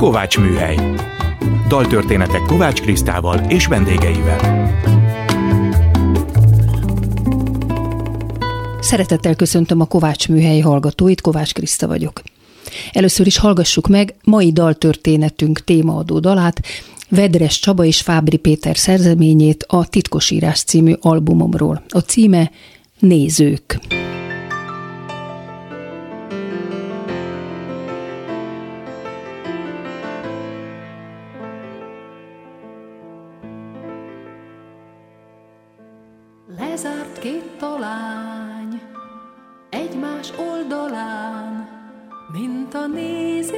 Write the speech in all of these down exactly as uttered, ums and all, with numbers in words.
Kovács Műhely. Daltörténetek Kovács Krisztával és vendégeivel. Szeretettel köszöntöm a Kovács Műhely hallgatóit, Kovács Kriszta vagyok. Először is hallgassuk meg mai daltörténetünk témaadó dalát, Vedres Csaba és Fábry Péter szerzeményét a Titkosírás című albumomról. A címe Nézők. Lezárt két talány egymás oldalán, mint a nézők.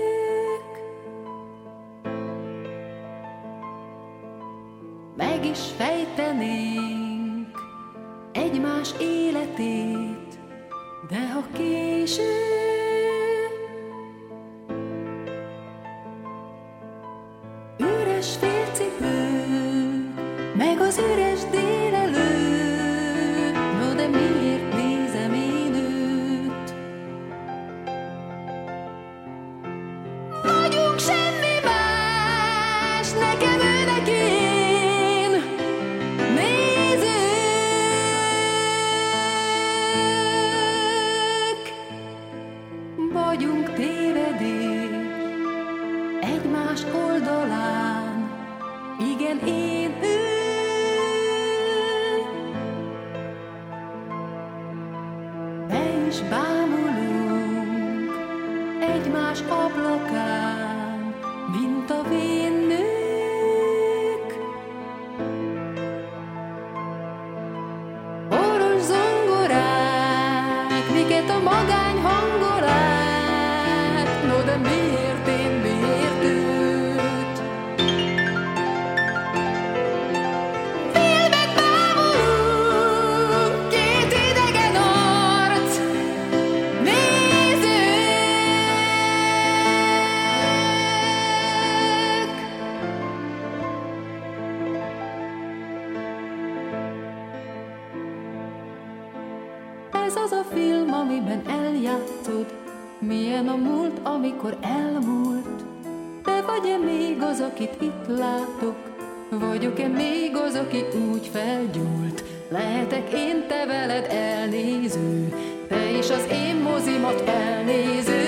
Meg is fejtenénk egymás életét, de ha késő, üres félcipő, meg az üres délelőtt. No, de miért nézem én őt? Vagyunk semmi más, nekem ő, neki én. Nézők, vagyunk tévedés egymás oldalán. Igen, én, ő. És bámulunk egymás ablakán, mint a vén nők. Orros zongorák, miket a magány hangolát. No, de miért én, miért őt? Filmet bámulunk, két idegen arc. Ez az a film, amiben eljátszod, milyen a múlt, amikor elmúlt. Te vagy-e még az, akit itt látok? Vagyok-e még az, aki úgy felgyúlt? Lehetek én, te veled elnéző, te is az én mozimat elnéző.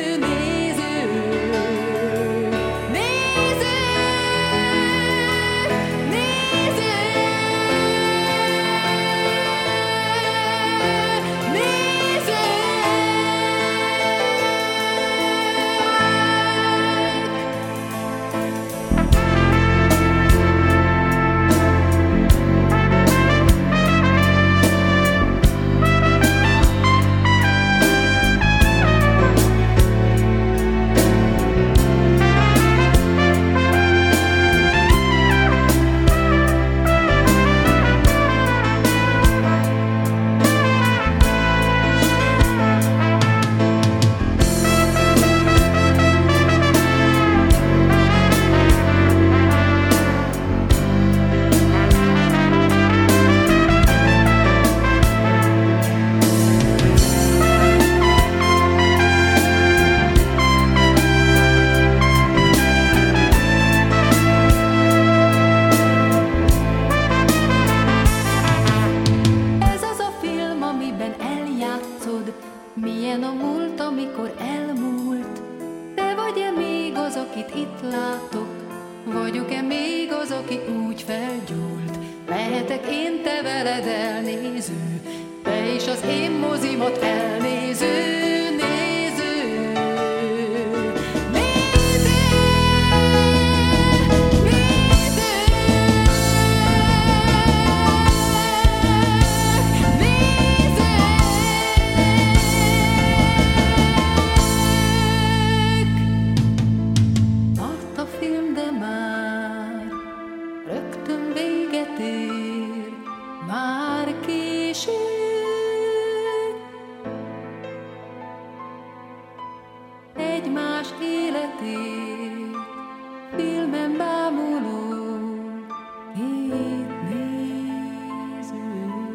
Filmen bámuló, két néző.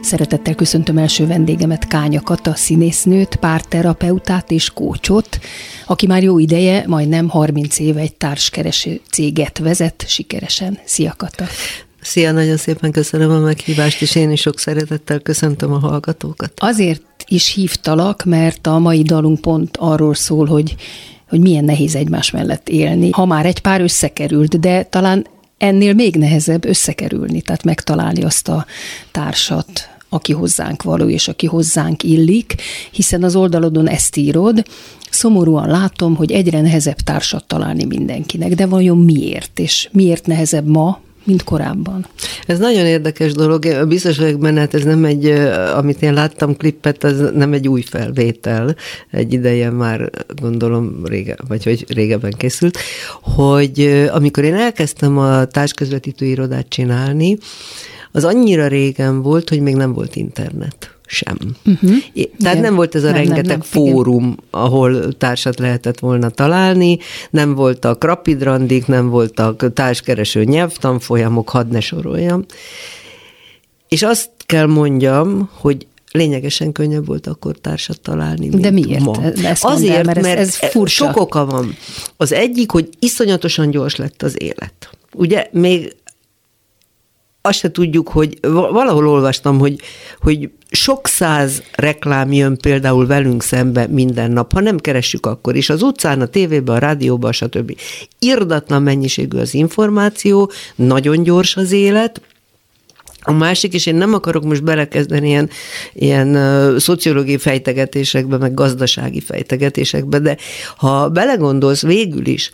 Szeretettel köszöntöm első vendégemet, Kánya Kata színésznőt, párterapeutát és kócsot, aki már jó ideje, majdnem harminc éve egy társkereső céget vezet sikeresen. Szia, Kata! Szia, nagyon szépen köszönöm a meghívást, és én is sok szeretettel köszöntöm a hallgatókat. Azért is hívtalak, mert a mai dalunk pont arról szól, hogy, hogy milyen nehéz egymás mellett élni. Ha már egy pár összekerült, de talán ennél még nehezebb összekerülni, tehát megtalálni azt a társat, aki hozzánk való, és aki hozzánk illik, hiszen az oldalodon ezt írod. Szomorúan látom, hogy egyre nehezebb társat találni mindenkinek, de vajon miért? És miért nehezebb ma, mint korábban? Ez nagyon érdekes dolog. Biztos vagyok benne, hát ez nem egy, amit én láttam klippet, az nem egy új felvétel. Egy ideje már gondolom, rége, vagy hogy régebben készült, hogy amikor én elkezdtem a társközvetítő irodát csinálni, az annyira régen volt, hogy még nem volt internet sem. Uh-huh. Tehát igen, nem volt ez a nem, rengeteg nem, nem, fórum, igen, ahol társat lehetett volna találni, nem voltak rapidrandik, nem voltak társkereső nyelvtanfolyamok, hadd ne soroljam. És azt kell mondjam, hogy lényegesen könnyebb volt akkor társat találni, mint de miért? ma. Ezt Azért, el, mert, mert ez, ez furcsa. Sok oka van. Az egyik, hogy iszonyatosan gyors lett az élet. Ugye még azt se tudjuk, hogy valahol olvastam, hogy, hogy sok száz reklám jön például velünk szembe minden nap, ha nem keressük akkor is. Az utcán, a tévében, a rádióban, stb. Irdatlan mennyiségű az információ, nagyon gyors az élet. A másik, és én nem akarok most belekezdeni ilyen, ilyen uh, szociológiai fejtegetésekbe, meg gazdasági fejtegetésekbe, de ha belegondolsz végül is,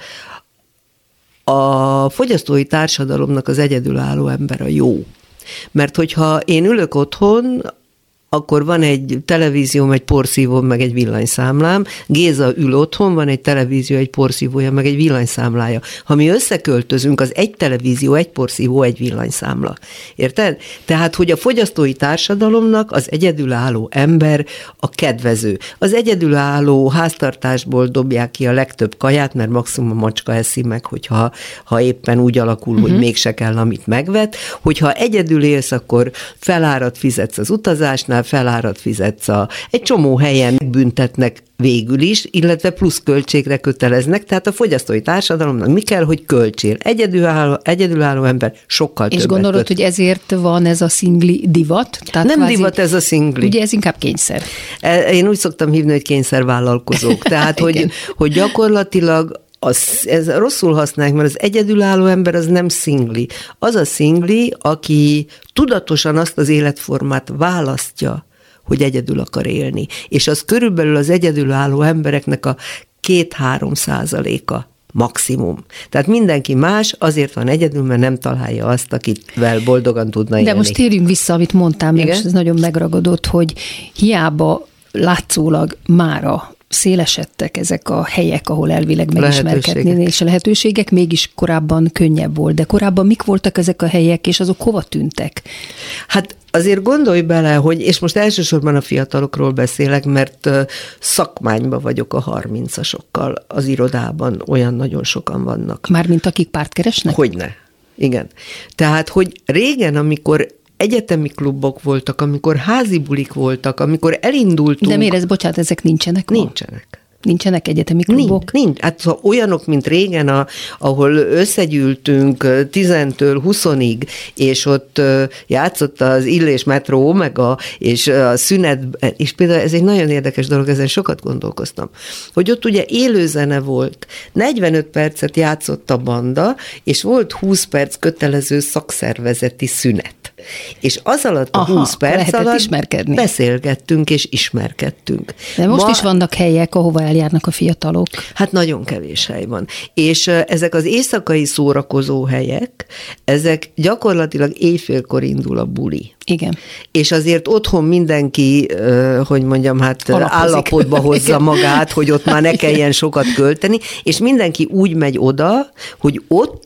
a fogyasztói társadalomnak az egyedülálló ember a jó. Mert hogyha én ülök otthon, akkor van egy televízióm, egy porszívóm, meg egy villanyszámlám. Géza ül otthon, van egy televízió, egy porszívója, meg egy villanyszámlája. Ha mi összeköltözünk, az egy televízió, egy porszívó, egy villanyszámla. Érted? Tehát, hogy a fogyasztói társadalomnak az egyedülálló ember a kedvező. Az egyedülálló háztartásból dobják ki a legtöbb kaját, mert maximum a macska eszi meg, hogyha ha éppen úgy alakul, uh-huh. hogy mégse kell, amit megvet. Hogyha egyedül élsz, akkor felárat fizetsz az utazásnál, felárat fizetsz a... Egy csomó helyen büntetnek végül is, illetve plusz költségre köteleznek, tehát a fogyasztói társadalomnak mi kell, hogy költsél. Egyedülálló, egyedülálló ember sokkal többet. És gondolod, köt. Hogy ezért van ez a szingli divat? Tehát nem kvázi, divat ez a szingli. Ugye ez inkább kényszer. Én úgy szoktam hívni, hogy kényszervállalkozók. Tehát, hogy, hogy gyakorlatilag az, ez rosszul használják, mert az egyedülálló ember az nem szingli. Az a szingli, aki tudatosan azt az életformát választja, hogy egyedül akar élni. És az körülbelül az egyedülálló embereknek a két-három százaléka maximum. Tehát mindenki más azért van egyedül, mert nem találja azt, akivel boldogan tudna élni. De most térjünk vissza, amit mondtál, mert ez nagyon megragadott, hogy hiába látszólag mára szélesedtek ezek a helyek, ahol elvileg megismerkedni, és a lehetőségek, mégis korábban könnyebb volt. De korábban mik voltak ezek a helyek, és azok hova tűntek? Hát azért gondolj bele, hogy, és most elsősorban a fiatalokról beszélek, mert szakmányban vagyok a harmincasokkal az irodában, olyan nagyon sokan vannak. Mármint akik párt keresnek? Hogyne. Igen. Tehát, hogy régen, amikor egyetemi klubok voltak, amikor házi bulik voltak, amikor elindultunk... De miért ez, bocsánat, ezek nincsenek ma? Nincsenek. Nincsenek egyetemi klubok? Nincs, nincs. Hát szóval olyanok, mint régen, a, ahol összegyűltünk tíztől húszig, és ott játszott az Illés Metró Omega, és a szünet, és például ez egy nagyon érdekes dolog, ezen sokat gondolkoztam, hogy ott ugye élőzene volt, negyvenöt percet játszott a banda, és volt húsz perc kötelező szakszervezeti szünet. És az alatt a Aha, húsz perc alatt ismerkedni. Beszélgettünk és ismerkedtünk. De most Ma, is vannak helyek, ahova eljárnak a fiatalok. Hát nagyon kevés hely van. És ezek az éjszakai szórakozó helyek, ezek gyakorlatilag éjfélkor indul a buli. Igen. És azért otthon mindenki, hogy mondjam, hát Alapozik. állapotba hozza magát, hogy ott már ne kelljen sokat költeni, és mindenki úgy megy oda, hogy ott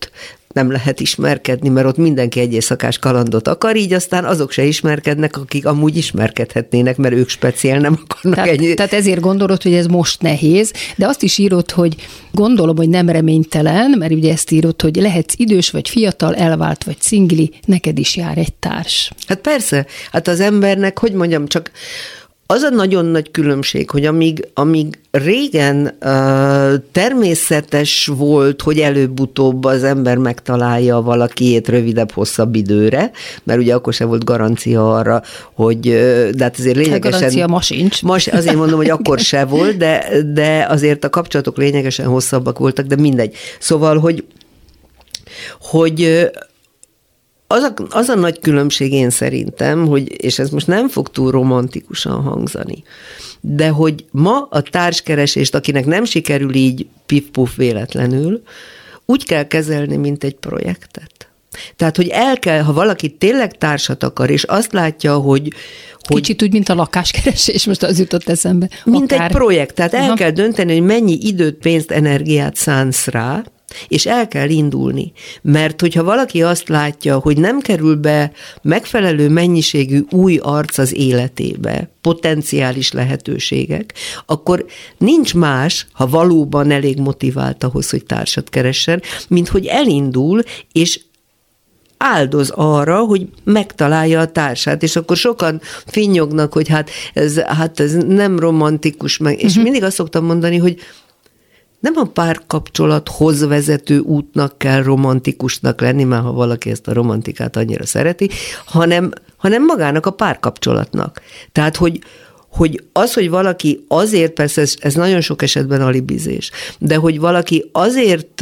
nem lehet ismerkedni, mert ott mindenki egy éjszakás kalandot akar, így aztán azok se ismerkednek, akik amúgy ismerkedhetnének, mert ők speciál nem akarnak tehát, ennyi. Tehát ezért gondolod, hogy ez most nehéz, de azt is írod, hogy gondolom, hogy nem reménytelen, mert ugye ezt írod, hogy lehetsz idős vagy fiatal, elvált vagy szingli, neked is jár egy társ. Hát persze, hát az embernek, hogy mondjam, csak az a nagyon nagy különbség, hogy amíg, amíg régen uh, természetes volt, hogy előbb-utóbb az ember megtalálja valakiét rövidebb, hosszabb időre, mert ugye akkor sem volt garancia arra, hogy, de hát azért lényegesen... A garancia ma sincs. Most azért mondom, hogy akkor se volt, de, de azért a kapcsolatok lényegesen hosszabbak voltak, de mindegy. Szóval, hogy, hogy Az a, az a nagy különbség én szerintem, hogy, és ez most nem fog túl romantikusan hangzani, de hogy ma a társkeresést, akinek nem sikerül így pif-puf véletlenül, úgy kell kezelni, mint egy projektet. Tehát, hogy el kell, ha valaki tényleg társat akar, és azt látja, hogy... hogy kicsit úgy, mint a lakáskeresés, most az jutott eszembe. Mint Akár. egy projekt, tehát el Aha. kell dönteni, hogy mennyi időt, pénzt, energiát szánsz rá, és el kell indulni. Mert hogyha valaki azt látja, hogy nem kerül be megfelelő mennyiségű új arc az életébe, potenciális lehetőségek, akkor nincs más, ha valóban elég motivált ahhoz, hogy társat keressen, mint hogy elindul, és áldoz arra, hogy megtalálja a társát, és akkor sokan finnyognak, hogy hát ez, hát ez nem romantikus, meg, és uh-huh. mindig azt szoktam mondani, hogy nem a párkapcsolathoz vezető útnak kell romantikusnak lenni, már ha valaki ezt a romantikát annyira szereti, hanem, hanem magának a párkapcsolatnak. Tehát, hogy, hogy az, hogy valaki azért, persze ez, ez nagyon sok esetben alibizés, de hogy valaki azért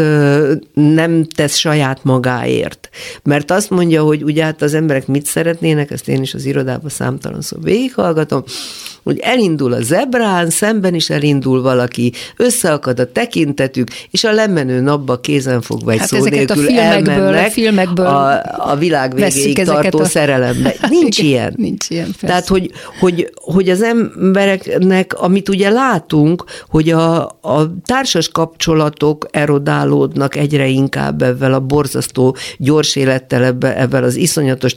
nem tesz saját magáért, mert azt mondja, hogy ugye hát az emberek mit szeretnének, ezt én is az irodában számtalanszor végighallgatom, hogy elindul a zebrán, szemben is elindul valaki, összeakad a tekintetük, és a lemenő napba kézenfogva egy hát szó nélkül a filmekből, elmennek a, filmekből a, a világ végéig tartó a... szerelembe. Nincs ilyen. Nincs ilyen, persze. Tehát, hogy, hogy, hogy az embereknek, amit ugye látunk, hogy a, a társas kapcsolatok erodálódnak egyre inkább ebben a borzasztó gyors élettel, ebben az iszonyatos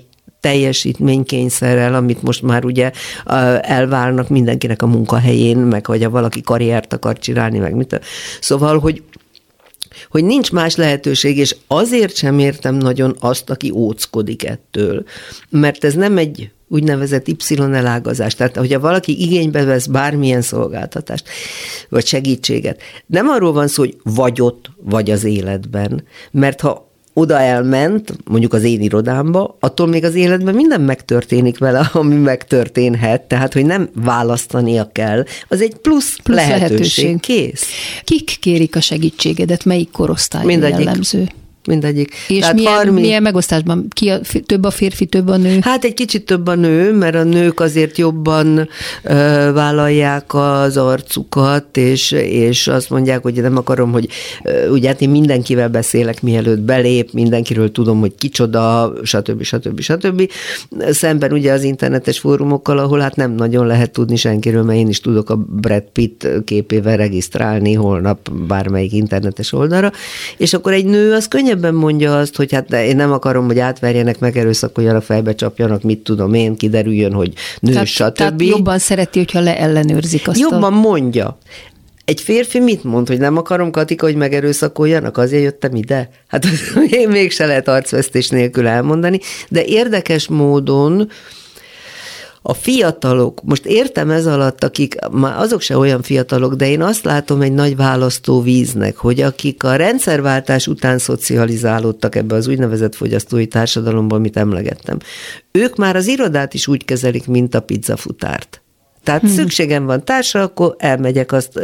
teljesítménykényszerrel, amit most már ugye elvárnak mindenkinek a munkahelyén, meg hogy ha valaki karriert akar csinálni, meg mit. Szóval, hogy hogy nincs más lehetőség, és azért sem értem nagyon azt, aki óckodik ettől, mert ez nem egy úgynevezett Y-elágazás. Tehát, hogyha valaki igénybe vesz bármilyen szolgáltatást, vagy segítséget, nem arról van szó, hogy vagy ott, vagy az életben, mert ha oda elment, mondjuk az én irodámba, attól még az életben minden megtörténik vele, ami megtörténhet, tehát, hogy nem választania kell. Az egy plusz, plusz lehetőség. lehetőség. Kész. Kik kérik a segítségedet? Melyik korosztály jellemző? Mindegyik. És Tehát milyen, harminc... milyen megosztásban? Ki a, több a férfi, több a nő? Hát egy kicsit több a nő, mert a nők azért jobban ö, vállalják az arcukat, és, és azt mondják, hogy nem akarom, hogy ö, ugye hát én mindenkivel beszélek, mielőtt belép, mindenkiről tudom, hogy kicsoda, stb. stb. stb. Szemben ugye az internetes fórumokkal, ahol hát nem nagyon lehet tudni senkiről, mert én is tudok a Brad Pitt képével regisztrálni holnap bármelyik internetes oldalra, és akkor egy nő az könnyebben mondja azt, hogy hát én nem akarom, hogy átverjenek, megerőszakoljanak, fejbe csapjanak, mit tudom én, kiderüljön, hogy nő, tehát, stb. Tehát jobban szereti, hogyha leellenőrzik azt. Jobban a... mondja. Egy férfi mit mond, hogy nem akarom, Katika, hogy megerőszakoljanak, azért jöttem ide? Hát én mégse lehet arcvesztés nélkül elmondani, de érdekes módon a fiatalok, most értem ez alatt, akik, már azok se olyan fiatalok, de én azt látom egy nagy választóvíznek, hogy akik a rendszerváltás után szocializálódtak ebbe az úgynevezett fogyasztói társadalomban, amit emlegettem, ők már az irodát is úgy kezelik, mint a pizzafutárt. Tehát hmm. szükségem van társra, akkor elmegyek azt...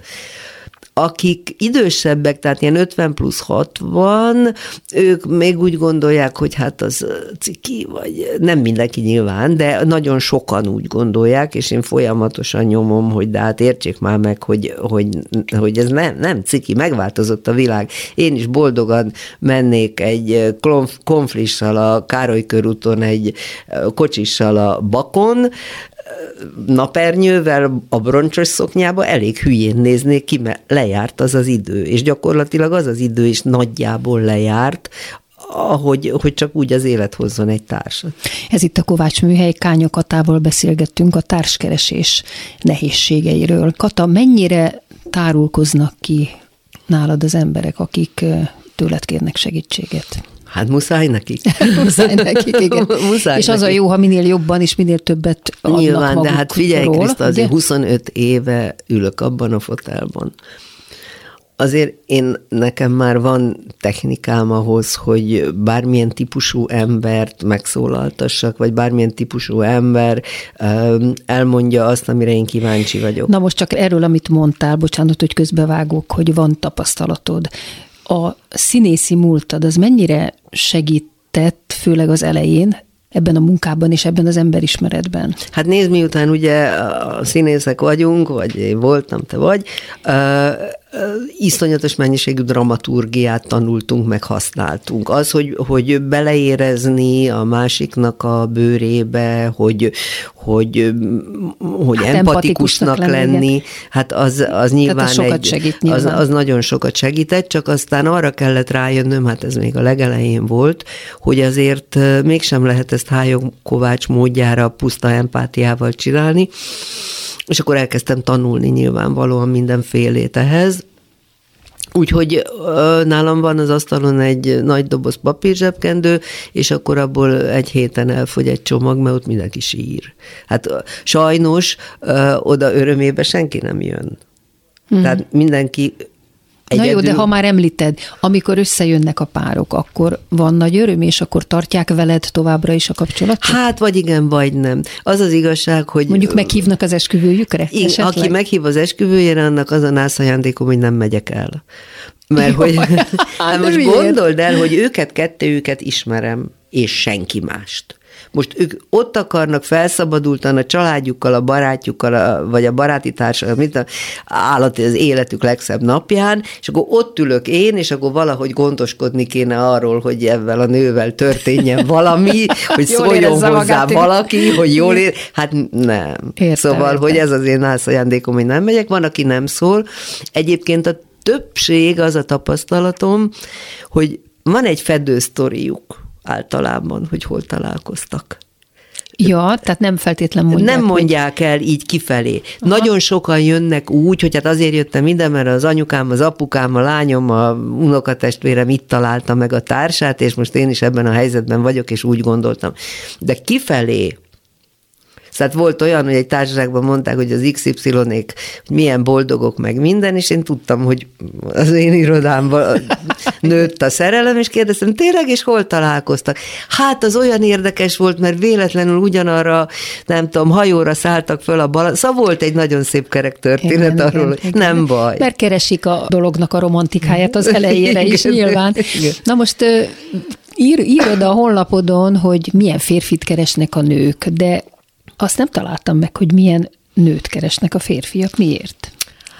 Akik idősebbek, tehát ilyen ötven plusz hatvan, ők még úgy gondolják, hogy hát az ciki, vagy nem mindenki nyilván, de nagyon sokan úgy gondolják, és én folyamatosan nyomom, hogy de hát értsék már meg, hogy, hogy, hogy ez nem, nem ciki, megváltozott a világ. Én is boldogan mennék egy konflissal a Károly körúton, egy kocsissal a Bakon, napernyővel a broncsos szoknyába elég hülyén néznék ki, mert lejárt az az idő, és gyakorlatilag az az idő is nagyjából lejárt, ahogy hogy csak úgy az élet hozzon egy társat. Ez itt a Kovács Műhely, Kánya Katával beszélgettünk a társkeresés nehézségeiről. Kata, mennyire tárulkoznak ki nálad az emberek, akik tőled kérnek segítséget? Hát muszáj nekik. muszáj nekik, igen. muszáj és nekik. Az a jó, ha minél jobban és minél többet adnak Nyilván, magukról. de hát figyelj, Kriszta, azért huszonöt éve ülök abban a fotelban. Azért én, nekem már van technikám ahhoz, hogy bármilyen típusú embert megszólaltassak, vagy bármilyen típusú ember elmondja azt, amire én kíváncsi vagyok. Na most csak erről, amit mondtál, bocsánat, hogy közbevágok, hogy van tapasztalatod. A színészi múltad, az mennyire segített, főleg az elején, ebben a munkában és ebben az emberismeretben? Hát nézd, miután ugye a színészek vagyunk, vagy én voltam, te vagy, uh, uh, iszonyatos mennyiségű dramaturgiát tanultunk, meg használtunk. Az, hogy, hogy beleérezni a másiknak a bőrébe, hogy, hogy, hogy hát empatikusnak lenni, lenni hát az, az nyilván, az sokat egy, segít, nyilván. Az, az nagyon sokat segített, csak aztán arra kellett rájönnöm, hát ez még a legelején volt, hogy azért mégsem lehet ezt Hájog Kovács módjára puszta empátiával csinálni, és akkor elkezdtem tanulni nyilvánvalóan mindenfélét ehhez. Úgyhogy nálam van az asztalon egy nagy doboz papírzsebkendő, és akkor abból egy héten elfogy egy csomag, mert ott mindenki sír. Hát sajnos oda örömébe senki nem jön. Hmm. Tehát mindenki egyedül. Na jó, de ha már említed, amikor összejönnek a párok, akkor van nagy öröm, és akkor tartják veled továbbra is a kapcsolatot? Hát, vagy igen, vagy nem. Az az igazság, hogy... Mondjuk meghívnak az esküvőjükre? Igen, aki meghív az esküvőjére, annak az a nászajándékom, hogy nem megyek el. Mert hogy... hát most gondold el, hogy őket, kettőjüket ismerem, és senki mást. Most ők ott akarnak felszabadultan a családjukkal, a barátjukkal, a, vagy a baráti társakkal, mint a állati az életük legszebb napján, és akkor ott ülök én, és akkor valahogy gondoskodni kéne arról, hogy ezzel a nővel történjen valami, hogy szóljon hozzá valaki, hogy jól ér. Hát nem. Értem, szóval, értem. Hogy ez az én álszajándékom, hogy nem megyek, van, aki nem szól. Egyébként a többség, az a tapasztalatom, hogy van egy fedősztoriuk általában, hogy hol találkoztak. Ja, tehát nem feltétlen mondják. Nem mondják el így kifelé. Aha. Nagyon sokan jönnek úgy, hogy hát azért jöttem ide, mert az anyukám, az apukám, a lányom, a unokatestvérem itt találta meg a társát, és most én is ebben a helyzetben vagyok, és úgy gondoltam. De kifelé, tehát volt olyan, hogy egy társaságban mondták, hogy az iksz ipszilonék hogy milyen boldogok meg minden, és én tudtam, hogy az én irodámban nőtt a szerelem, és kérdeztem, tényleg, és hol találkoztak? Hát az olyan érdekes volt, mert véletlenül ugyanarra, nem tudom, hajóra szálltak föl a bal, szóval volt egy nagyon szép kerek történet igen, arról, igen, hogy igen. Nem baj. Mert keresik a dolognak a romantikáját az elejére is igen, nyilván. Igen. Na most ír, írod a honlapodon, hogy milyen férfit keresnek a nők, de azt nem találtam meg, hogy milyen nőt keresnek a férfiak. Miért?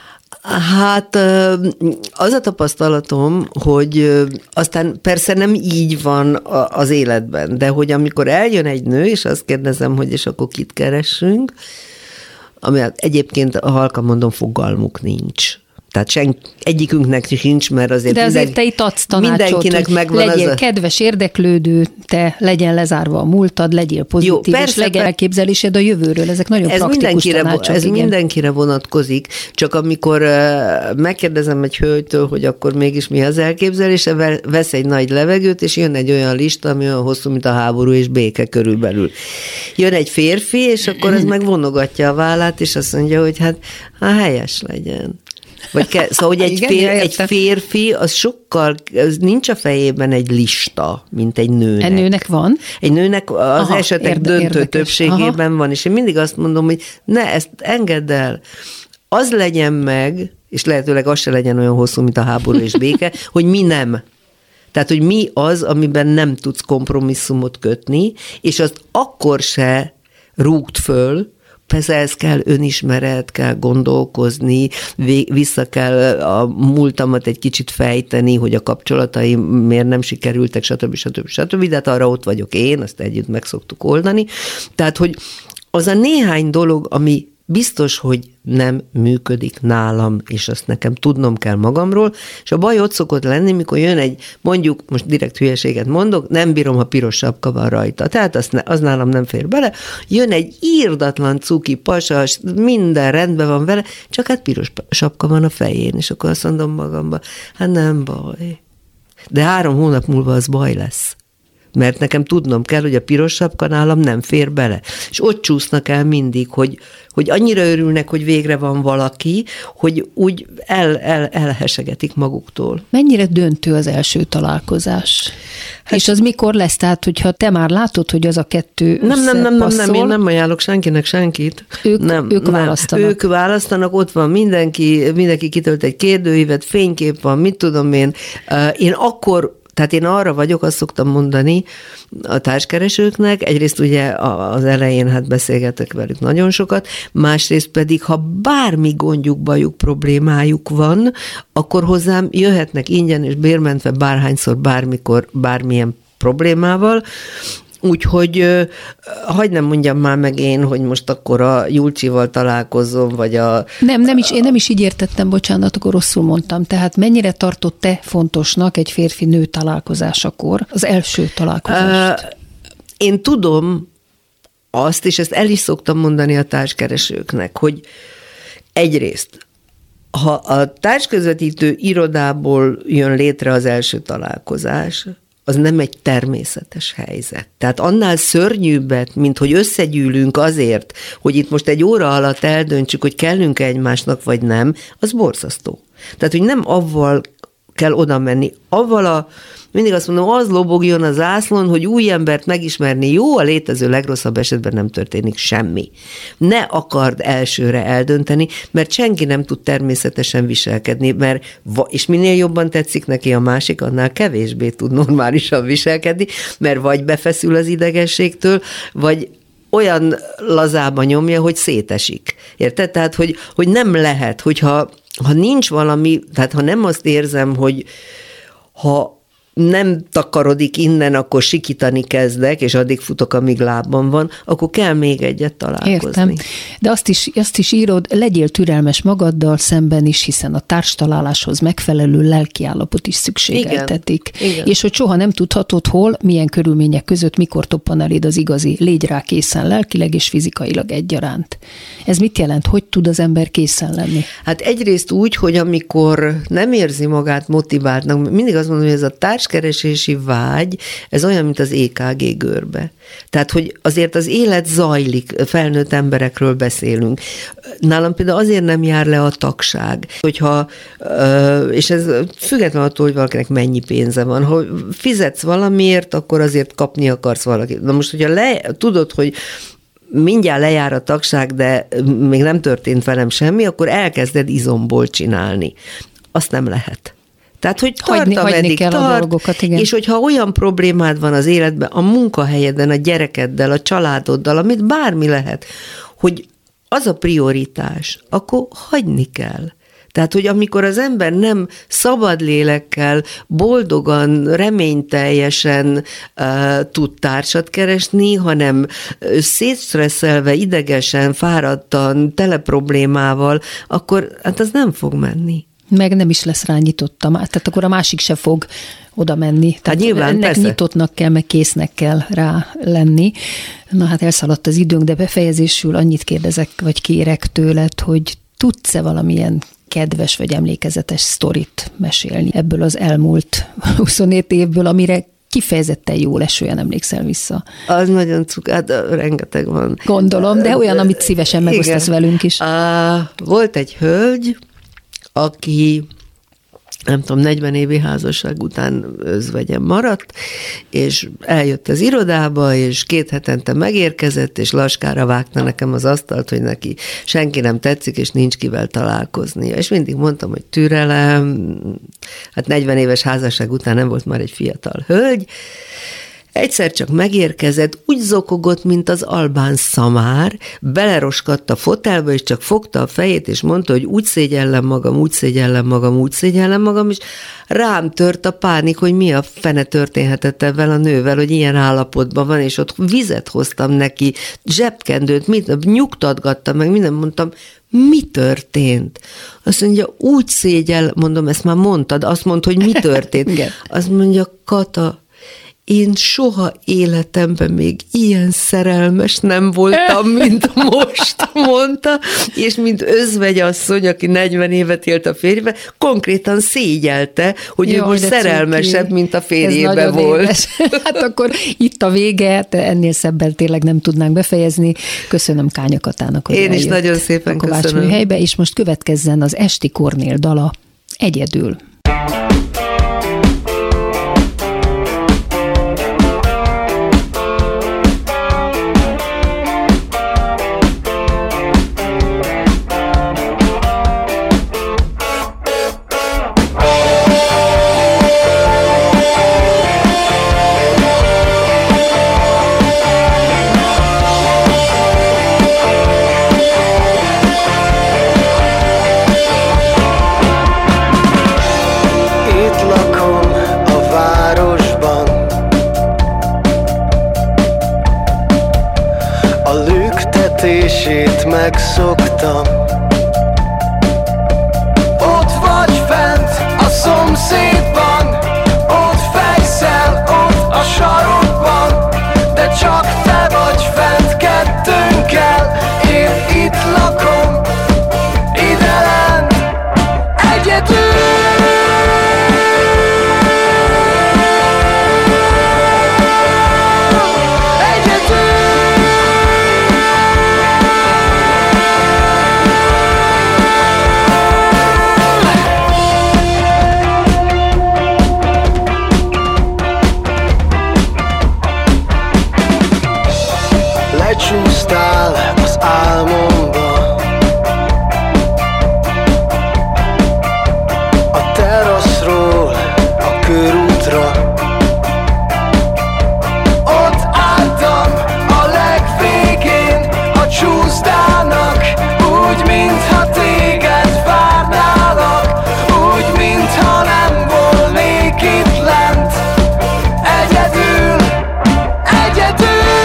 Hát az a tapasztalatom, hogy aztán persze nem így van az életben, de hogy amikor eljön egy nő, és azt kérdezem, hogy és akkor kit keressünk, ami egyébként halkan mondom, fogalmuk nincs. Tehát sen, egyikünknek sincs, mert azért... De azért minden, te itt adsz tanácsot, mindenkinek megvan legyél az a... kedves, érdeklődő, te legyen lezárva a múltad, legyél pozitív, jó, persze, és legyen elképzelésed a jövőről. Ezek nagyon ez praktikus tanácsok. Ez igen. Mindenkire vonatkozik, csak amikor uh, megkérdezem egy hölgytől, hogy akkor mégis mi az elképzelése, vesz egy nagy levegőt, és jön egy olyan lista, ami olyan hosszú, mint a háború és béke körülbelül. Jön egy férfi, és akkor ez megvonogatja a vállát, és azt mondja, hogy hát, hát helyes legyen. Vagy ke, szóval, hogy egy, igen, fér, egy férfi, az sokkal, az nincs a fejében egy lista, mint egy nőnek. Egy nőnek van? Egy nőnek az aha, esetek érde, döntő érdekes. Többségében aha. van, és én mindig azt mondom, hogy ne, ezt engedd el. Az legyen meg, és lehetőleg az se legyen olyan hosszú, mint a háború és béke, hogy mi nem. Tehát, hogy mi az, amiben nem tudsz kompromisszumot kötni, és azt akkor se rúgd föl, persze ez kell önismeret, kell gondolkozni, vissza kell a múltamat egy kicsit fejteni, hogy a kapcsolataim miért nem sikerültek, stb. stb. stb. De hát arra ott vagyok én, azt együtt meg szoktuk oldani. Tehát, hogy az a néhány dolog, ami biztos, hogy nem működik nálam, és azt nekem tudnom kell magamról, és a baj ott szokott lenni, mikor jön egy, mondjuk, most direkt hülyeséget mondok, nem bírom, ha piros sapka van rajta, tehát az, ne, az nálam nem fér bele, jön egy írdatlan cuki, pasas, minden rendben van vele, csak hát piros sapka van a fején, és akkor azt mondom magamba, hát nem baj. De három hónap múlva az baj lesz. Mert nekem tudnom kell, hogy a piros sapka nálam nem fér bele. És ott csúsznak el mindig, hogy, hogy annyira örülnek, hogy végre van valaki, hogy úgy el, el, elhesegetik maguktól. Mennyire döntő az első találkozás? Hát, és az mikor lesz? Tehát, hogyha te már látod, hogy az a kettő Nem, nem, nem, nem, nem, én nem ajánlok senkinek senkit. Ők, nem, ők nem, választanak. Ők választanak, ott van mindenki, mindenki kitölt egy kérdőívet, fénykép van, mit tudom én. Én akkor Tehát én arra vagyok, azt szoktam mondani a társkeresőknek, egyrészt ugye az elején hát beszélgetek velük nagyon sokat, másrészt pedig, ha bármi gondjuk, bajuk, problémájuk van, akkor hozzám jöhetnek ingyen és bérmentve bárhányszor, bármikor, bármilyen problémával. Úgyhogy hagyd nem mondjam már meg én, hogy most akkor a Julcsival találkozom, vagy a... Nem, nem is, én nem is így értettem, bocsánat, akkor rosszul mondtam. Tehát mennyire tartott te fontosnak egy férfi-nő találkozásakor, az első találkozást? Én tudom azt, és ezt el is szoktam mondani a társkeresőknek, hogy egyrészt, ha a társközvetítő irodából jön létre az első találkozás, az nem egy természetes helyzet. Tehát annál szörnyűbbet, mint hogy összegyűlünk azért, hogy itt most egy óra alatt eldöntsük, hogy kellünk egymásnak, vagy nem, az borzasztó. Tehát, hogy nem avval kell oda menni, avval a, mindig azt mondom, az lobogjon az zászlón, hogy új embert megismerni jó, a létező legrosszabb esetben nem történik semmi. Ne akard elsőre eldönteni, mert senki nem tud természetesen viselkedni, mert, és minél jobban tetszik neki a másik, annál kevésbé tud normálisan viselkedni, mert vagy befeszül az idegességtől, vagy olyan lazába nyomja, hogy szétesik. Érted? Tehát, hogy, hogy nem lehet, hogyha ha nincs valami, tehát ha nem azt érzem, hogy ha nem takarodik innen, akkor sikítani kezdek, és addig futok, amíg lábban van, akkor kell még egyet találkozni. Értem. De azt is, azt is írod, legyél türelmes magaddal szemben is, hiszen a társtaláláshoz megfelelő lelkiállapot is szükségeltetik. Igen. Igen. És hogy soha nem tudhatod, hol, milyen körülmények között, mikor toppan eléd az igazi. Légy rá készen lelkileg és fizikailag egyaránt. Ez mit jelent? Hogy tud az ember készen lenni? Hát egyrészt úgy, hogy amikor nem érzi magát motiváltnak, mindig azt mondom, hogy ez a társkeresési vágy, ez olyan, mint az é ká gé görbe. Tehát, hogy azért az élet zajlik, felnőtt emberekről beszélünk. Nálam például azért nem jár le a tagság, hogyha, és ez függetlenül attól, hogy valakinek mennyi pénze van, ha fizetsz valamiért, akkor azért kapni akarsz valakit. Na most, hogyha le, tudod, hogy mindjárt lejár a tagság, de még nem történt velem semmi, akkor elkezded izomból csinálni. Azt nem lehet. Tehát, hogy tart, hagyni, ameddig hagyni kell tart, a dolgokat, igen. És hogyha olyan problémád van az életben, a munkahelyeden, a gyerekeddel, a családoddal, amit bármi lehet, hogy az a prioritás, akkor hagyni kell. Tehát, hogy amikor az ember nem szabad lélekkel, boldogan, reményteljesen uh, tud társat keresni, hanem szétstresszelve, idegesen, fáradtan, tele problémával, akkor hát az nem fog menni. Meg nem is lesz rá nyitottam. Tehát akkor a másik se fog oda menni. Tehát hát nyilván, ennek persze. Nyitottnak kell, meg késznek kell rá lenni. Na hát elszaladt az időnk, de befejezésül annyit kérdezek, vagy kérek tőled, hogy tudsz-e valamilyen kedves vagy emlékezetes sztorit mesélni ebből az elmúlt huszonöt évből, amire kifejezetten jól esően emlékszel vissza? Az nagyon cuk, hát rengeteg van. Gondolom, de olyan, amit szívesen megosztasz Igen. velünk is. A, volt egy hölgy, aki nem tudom, negyven évi házasság után özvegyen maradt, és eljött az irodába, és két hetente megérkezett, és laskára vágta nekem az asztalt, hogy neki senki nem tetszik, és nincs kivel találkoznia. És mindig mondtam, hogy türelem, hát negyven éves házasság után nem volt már egy fiatal hölgy. Egyszer csak megérkezett, úgy zokogott, mint az albán szamár, beleroskadt a fotelbe, és csak fogta a fejét, és mondta, hogy úgy szégyellem magam, úgy szégyellem magam, úgy szégyellem magam, és rám tört a pánik, hogy mi a fene történhetett ebben a nővel, hogy ilyen állapotban van, és ott vizet hoztam neki, zsebkendőt, mit, nyugtatgattam meg, minden, mondtam, mi történt? Azt mondja, úgy szégyel, mondom, ezt már mondtad, azt mondta, hogy mi történt. Azt mondja, Kata, én soha életemben még ilyen szerelmes nem voltam, mint most, mondta, és mint özvegyasszony, aki negyven évet élt a férjébe, konkrétan szégyelte, hogy Jó, ő most szerelmesebb, cuki. mint a férjébe volt. Édes. Hát akkor itt a vége, ennél szebben tényleg nem tudnánk befejezni. Köszönöm Kánya Katának, hogy Én is nagyon szépen a Kovács köszönöm. Műhelybe, és most következzen az Esti Kornél dala, Egyedül. Megszoktam. Ott vagy fent a szomszédban, ott fekszel, ott a sarokban, de csak te vagy fent kettőnkkel. Én itt lakom, ide lent, egyedül. Lecsúsztál az álmomba, a teraszról a körútra. Ott álltam a legvégén a csúszdának, úgy, mintha téged várnálak, úgy, mintha nem volnék itt lent. Egyedül, egyedül.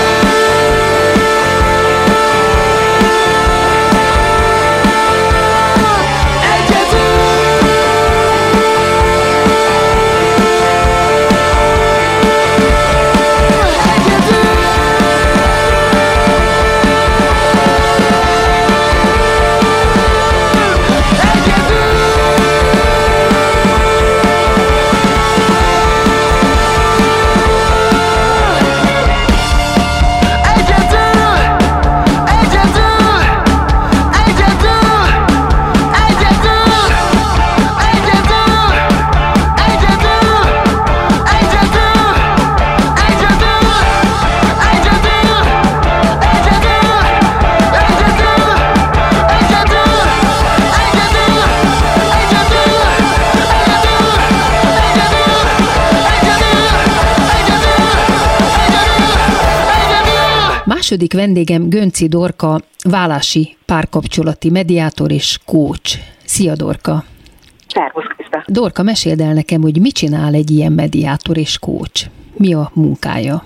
Második vendégem Gönczy Dorka, vállási párkapcsolati mediátor és coach. Szia, Dorka! Szervusz, Kriszta! Dorka, meséld el nekem, hogy mit csinál egy ilyen mediátor és coach? Mi a munkája?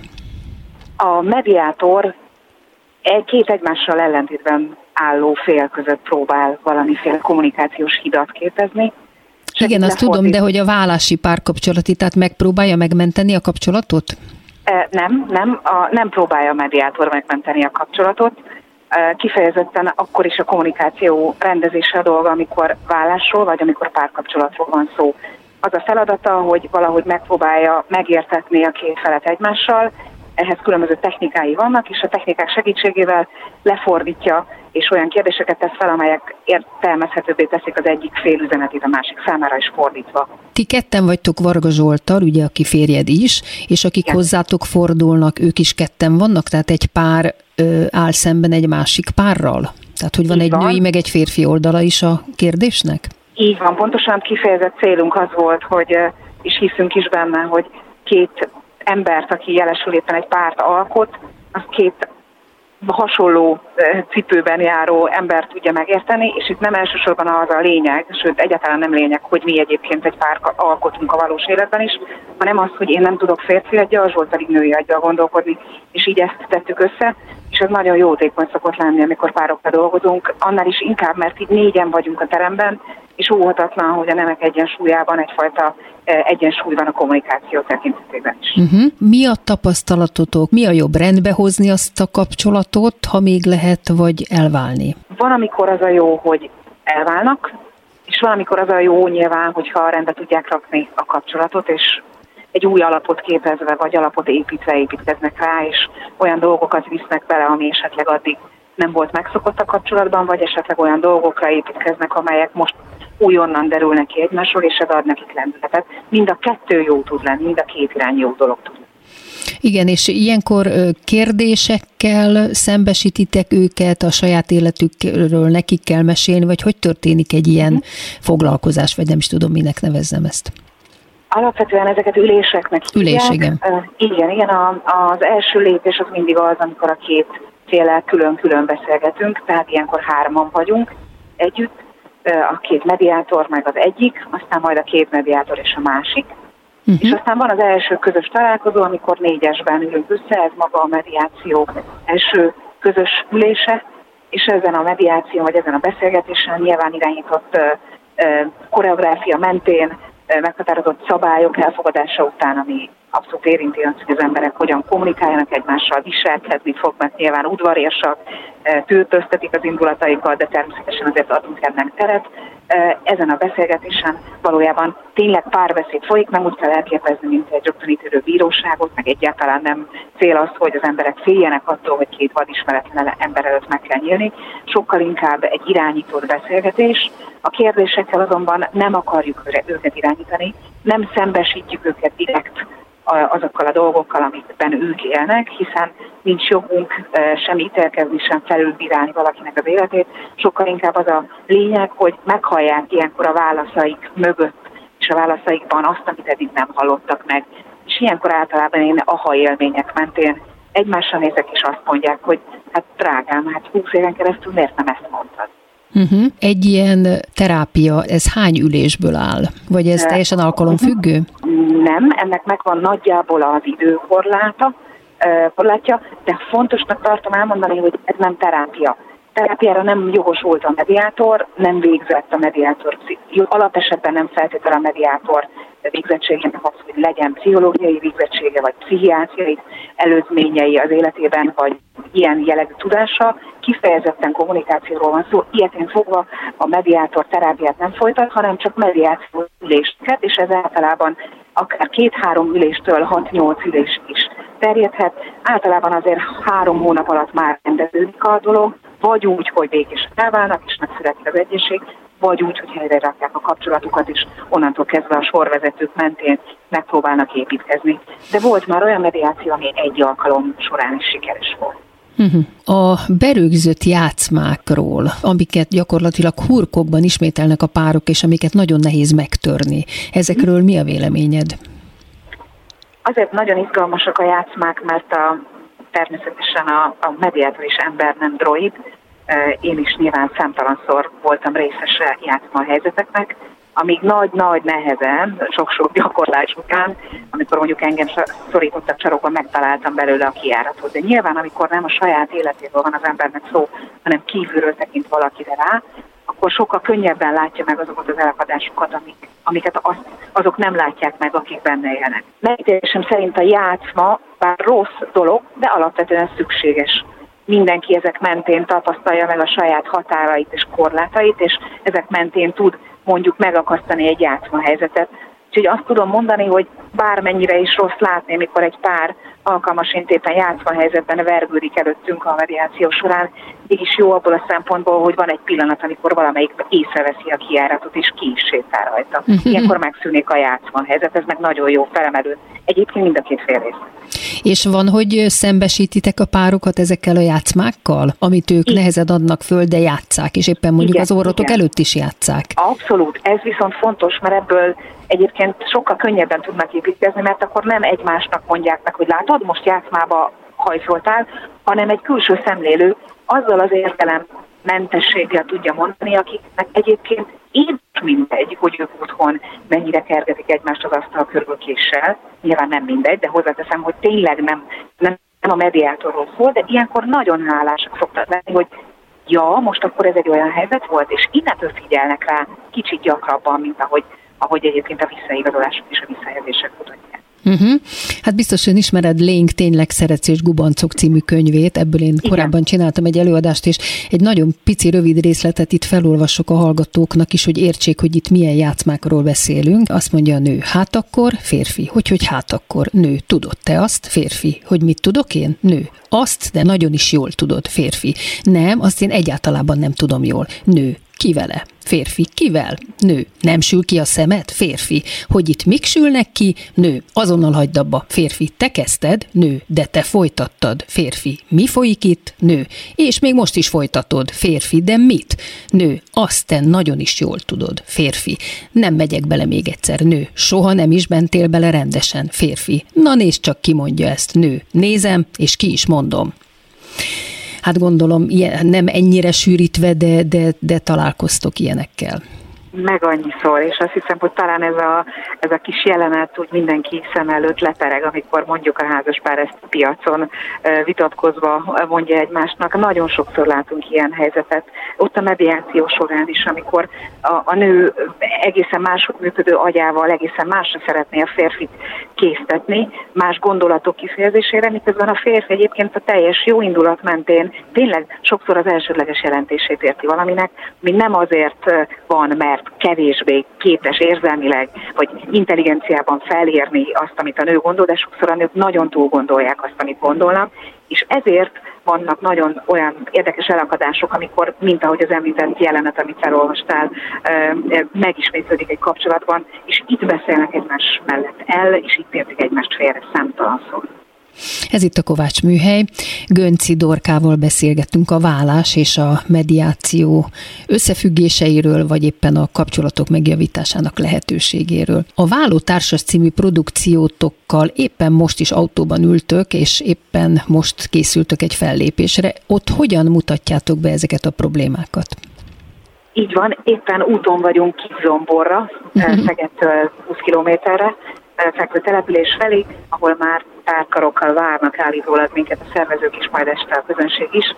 A mediátor egy két egymással ellentétben álló fél között próbál valamiféle kommunikációs hidat képezni. Igen, azt tudom, de hogy a vállási párkapcsolati, tehát megpróbálja megmenteni a kapcsolatot? Nem, nem, a, nem próbálja a mediátor megmenteni a kapcsolatot. Kifejezetten akkor is a kommunikáció rendezése a dolga, amikor vállásról vagy amikor párkapcsolatról van szó. Az a feladata, hogy valahogy megpróbálja megértetni a két felet egymással, ehhez különböző technikái vannak, és a technikák segítségével lefordítja, és olyan kérdéseket tesz fel, amelyek értelmezhetőbbé teszik az egyik fél üzenetét a másik számára is fordítva. Ti ketten vagytok Varga Zsolttal, ugye, aki férjed is, és akik Igen. hozzátok fordulnak, ők is ketten vannak, tehát egy pár ö, áll szemben egy másik párral? Tehát, hogy van Így egy van. női, meg egy férfi oldala is a kérdésnek? Így van, pontosan kifejezett célunk az volt, hogy, és hiszünk is benne, hogy két embert, aki jelesül éppen egy párt alkot, az két hasonló cipőben járó ember tudja megérteni, és itt nem elsősorban az a lényeg, sőt egyáltalán nem lényeg, hogy mi egyébként egy pár alkotunk a valós életben is, hanem az, hogy én nem tudok férfi aggyal, Zsolt pedig női aggyal gondolkodni, és így ezt tettük össze, és ez nagyon jótékony szokott lenni, amikor párokkal dolgozunk, annál is inkább, mert így négyen vagyunk a teremben, és óhatatlan, hogy a nemek egyensúlyában egyfajta egyensúly van a kommunikáció tekintetében is. Uh-huh. Mi a tapasztalatotok? Mi a jobb, rendbe hozni azt a kapcsolatot, ha még lehet, vagy elválni? Van, amikor az a jó, hogy elválnak, és van, amikor az a jó nyilván, hogyha rendbe tudják rakni a kapcsolatot, és egy új alapot képezve, vagy alapot építve építkeznek rá, és olyan dolgokat visznek bele, ami esetleg addig nem volt megszokott a kapcsolatban, vagy esetleg olyan dolgokra építkeznek, amelyek most újonnan derülnek ki egymásról, és ez ad nekik lendületet. Mind a kettő jó tud lenni, mind a két irány jó dolog tud lenni. Igen, és ilyenkor kérdésekkel szembesítitek őket, a saját életükről nekik kell mesélni, vagy hogy történik egy ilyen mm. foglalkozás, vagy nem is tudom, minek nevezzem ezt. Alapvetően ezeket üléseknek hívják. Ülés, igen. Uh, igen, igen a, az első lépés az mindig az, amikor a két féllel külön-külön beszélgetünk, tehát ilyenkor hárman vagyunk együtt, uh, a két mediátor meg az egyik, aztán majd a két mediátor és a másik. Uh-huh. És aztán van az első közös találkozó, amikor négyesben ülünk össze, ez maga a mediáció első közös ülése, és ezen a mediáción, vagy ezen a beszélgetésen nyilván irányított uh, uh, koreográfia mentén meghatározott szabályok elfogadása után, ami abszolút érinti azt, hogy az emberek hogyan kommunikáljanak egymással, viselkedni fognak, nyilván udvariasak, töltöztetik az indulataikat, de természetesen azért adunk ennek teret. Ezen a beszélgetésen valójában tényleg párbeszéd folyik, nem úgy kell elképezni, mint egy rögtön ítélő bíróságot, meg egyáltalán nem cél az, hogy az emberek féljenek attól, hogy két vadismeretlen ember előtt meg kell nyílni. Sokkal inkább egy irányított beszélgetés. A kérdésekkel azonban nem akarjuk őket irányítani, nem szembesítjük őket direkt azokkal a dolgokkal, amikben ők élnek, hiszen nincs jogunk sem ítélkezni, sem felülbírálni valakinek az életét. Sokkal inkább az a lényeg, hogy meghallják ilyenkor a válaszaik mögött, és a válaszaikban azt, amit eddig nem hallottak meg. És ilyenkor általában én aha élmények mentén egymásra nézek, és azt mondják, hogy hát drágám, hát húsz éven keresztül miért nem ezt mondtad? Uh-huh. Egy ilyen terápia, ez hány ülésből áll? Vagy ez teljesen alkalomfüggő? Nem, ennek megvan nagyjából az időkorláta, korlátja, de fontosnak tartom elmondani, hogy ez nem terápia. Terápiára nem jogosult a mediátor, nem végzett a mediátor. Alapesetben nem feltétlenül a mediátor végzettségének az, hogy legyen pszichológiai végzettsége, vagy pszichiátriai előzményei az életében, vagy ilyen jellegű tudása. Kifejezetten kommunikációról van szó. Ilyetén fogva a mediátor terápiát nem folytat, hanem csak mediáció üléseket, és ez általában akár két-három üléstől hat-nyolc ülés is terjedhet. Általában azért három hónap alatt már rendeződik a dolog, vagy úgy, hogy békésen elválnak, és megszületik az egyesség, vagy úgy, hogy helyre rakják a kapcsolatukat, és onnantól kezdve a sorvezetők mentén megpróbálnak építkezni. De volt már olyan mediáció, ami egy alkalom során is sikeres volt. A berögzött játszmákról, amiket gyakorlatilag hurkokban ismételnek a párok, és amiket nagyon nehéz megtörni. Ezekről mi a véleményed? Azért nagyon izgalmasak a játszmák, mert a, természetesen a, a mediátor is ember, nem droid. Én is nyilván számtalanszor voltam részese játszma helyzeteknek, amíg nagy-nagy nehezen, sok-sok gyakorlás után, amikor mondjuk engem szorítottak sarokban, megtaláltam belőle a kijáratot. De nyilván, amikor nem a saját életéből van az embernek szó, hanem kívülről tekint valakire rá, akkor sokkal könnyebben látja meg azokat az elakadásokat, amik, amiket az, azok nem látják meg, akik benne élnek. Megítélésem szerint a játszma bár rossz dolog, de alapvetően szükséges. Mindenki ezek mentén tapasztalja meg a saját határait és korlátait, és ezek mentén tud mondjuk megakasztani egy játszmahelyzetet. Úgyhogy azt tudom mondani, hogy bármennyire is rossz látni, amikor egy pár alkalmasint éppen játszmahelyzetben vergődik előttünk a mediáció során, mégis jó abból a szempontból, hogy van egy pillanat, amikor valamelyik észreveszi a kijáratot, és ki is sétál rajta. Ilyenkor megszűnik a játszmahelyzet, ez meg nagyon jó, felemelő. Egyébként mind a két fél rész. És van, hogy szembesítitek a párokat ezekkel a játszmákkal, amit ők igen. nehezen adnak föl, de játsszák, és éppen mondjuk igen, az orrotok igen. előtt is játsszák. Abszolút, ez viszont fontos, mert ebből egyébként sokkal könnyebben tudnak építeni építkezni, mert akkor nem egymásnak mondják meg, hogy látod, most játszmába hajszoltál, hanem egy külső szemlélő azzal az értelem mentességgel tudja mondani, akiknek egyébként én mindegy, hogy ők otthon mennyire kergetik egymást az asztal körül késsel. Nyilván nem mindegy, de hozzáteszem, hogy tényleg nem, nem a mediátorról szól, de ilyenkor nagyon hálásak szoktak lenni, hogy ja, most akkor ez egy olyan helyzet volt, és innentől figyelnek rá kicsit gyakrabban, mint ahogy, ahogy egyébként a visszaigazolások és a visszajelzések mutatják. Uh-huh. Hát biztosan ismered Lénk Tényleg szeretsz és gubancok című könyvét, ebből én Igen. korábban csináltam egy előadást, és egy nagyon pici, rövid részletet itt felolvasok a hallgatóknak is, hogy értsék, hogy itt milyen játszmákról beszélünk. Azt mondja a nő, hát akkor férfi. Hogy, hogy hát akkor nő, tudod te azt? Férfi. Hogy mit tudok én? Nő. Azt, de nagyon is jól tudod, férfi. Nem, azt én egyáltalán nem tudom jól. Nő. Ki vele? Férfi. Kivel? Nő. Nem sül ki a szemed? Férfi. Hogy itt mik sülnek ki? Nő. Azonnal hagyd abba. Férfi. Te kezdted? Nő. De te folytattad? Férfi. Mi folyik itt? Nő. És még most is folytatod? Férfi. De mit? Nő. Azt te nagyon is jól tudod. Férfi. Nem megyek bele még egyszer. Nő. Soha nem is mentél bele rendesen. Férfi. Na nézd csak, ki mondja ezt. Nő. Nézem, és ki is mondom. Hát gondolom, ilyen, nem ennyire sűrítve, de, de, de találkoztok ilyenekkel. Meg annyiszor, és azt hiszem, hogy talán ez a, ez a kis jelenet úgy mindenki szem előtt lepereg, amikor mondjuk a házaspár ezt a piacon vitatkozva mondja egymásnak. Nagyon sokszor látunk ilyen helyzetet. Ott a mediáció során is, amikor a, a nő egészen máshogy működő agyával egészen másra szeretné a férfit késztetni, más gondolatok kifejezésére, miközben a férfi egyébként a teljes jó indulat mentén tényleg sokszor az elsődleges jelentését érti valaminek, mi nem azért van, mert kevésbé képes érzelmileg, vagy intelligenciában felérni azt, amit a nő gondol, de sokszor a nők nagyon túl gondolják azt, amit gondolnak, és ezért vannak nagyon olyan érdekes elakadások, amikor, mint ahogy az említett jelenet, amit felolvastál, megismétlődik egy kapcsolatban, és itt beszélnek egymás mellett el, és itt értik egymást félre számtalanszor. Ez itt a Kovács Műhely. Gönci Dorkával beszélgettünk a vállás és a mediáció összefüggéseiről, vagy éppen a kapcsolatok megjavításának lehetőségéről. A Váló társas című produkciótokkal éppen most is autóban ültök, és éppen most készültök egy fellépésre. Ott hogyan mutatjátok be ezeket a problémákat? Így van, éppen úton vagyunk Kizomborra, Szegedtől húsz kilométerre, fekvő település felé, ahol már tárkarokkal várnak állítólag minket a szervezők is, majd este a közönség is.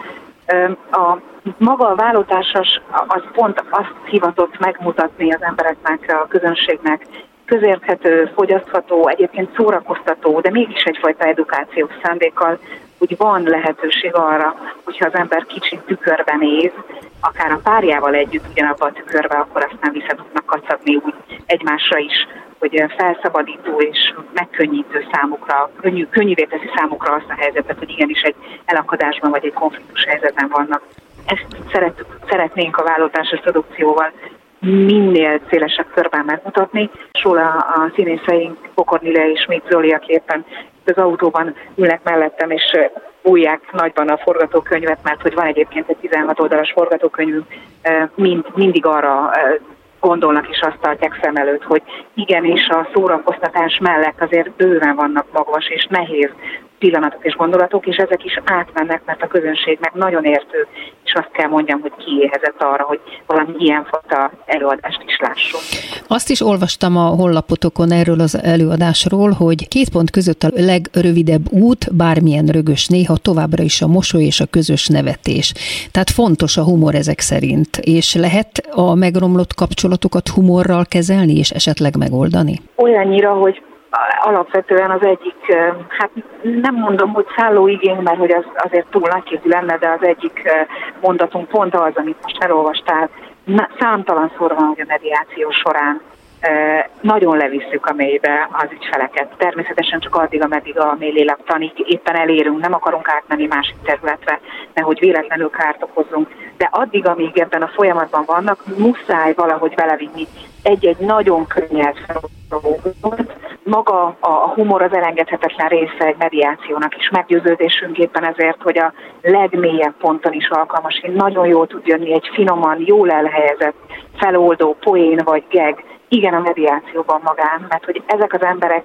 A maga a vállótársas az pont azt hivatott megmutatni az embereknek, a közönségnek, közérthető, fogyasztható, egyébként szórakoztató, de mégis egyfajta edukációs szándékkal, hogy van lehetőség arra, hogyha az ember kicsit tükörben néz, akár a párjával együtt ugyanabban a tükörbe, akkor aztán vissza tudnak kacagni úgy egymásra is, hogy felszabadító és megkönnyítő számukra, könnyű, könnyűvé teszi számukra azt a helyzetet, hogy igenis egy elakadásban vagy egy konfliktus helyzetben vannak. Ezt szeret, szeretnénk a vállótársas produkcióval minél szélesebb körben megmutatni. Róla a színészeink, Pokornile és Schmidt Zoli, aki éppen az autóban ülnek mellettem, és újják nagyban a forgatókönyvet, mert hogy van egyébként egy tizenhat oldalas forgatókönyvünk, mind, mindig arra gondolnak és azt tartják szem előtt, hogy igenis a szórakoztatás mellett azért bőven vannak magvas és nehéz pillanatok és gondolatok, és ezek is átmennek, mert a közönség meg nagyon értő, és azt kell mondjam, hogy kiéhezett arra, hogy valami ilyenfajta előadást is lássunk. Azt is olvastam a honlapotokon erről az előadásról, hogy két pont között a legrövidebb út, bármilyen rögös, néha továbbra is a mosoly és a közös nevetés. Tehát fontos a humor ezek szerint, és lehet a megromlott kapcsolatokat humorral kezelni, és esetleg megoldani? Olyannyira, hogy alapvetően az egyik, hát nem mondom, hogy szállóigény, mert hogy az azért túl nagyképű lenne, de az egyik mondatunk pont az, amit most elolvastál, számtalanszor van, hogy a mediáció során nagyon levisszük a mélybe az ügyfeleket. Természetesen csak addig, ameddig a mély lélektani éppen elérünk, nem akarunk átmenni másik területre, nehogy véletlenül kárt okozzunk. De addig, amíg ebben a folyamatban vannak, muszáj valahogy belevinni egy-egy nagyon könnyed felolvasót. Maga a humor az elengedhetetlen része egy mediációnak is. Meggyőződésünk éppen ezért, hogy a legmélyebb ponton is alkalmas, hogy nagyon jól tud jönni egy finoman, jól elhelyezett, feloldó poén vagy geg, igen, a mediációban magán, mert hogy ezek az emberek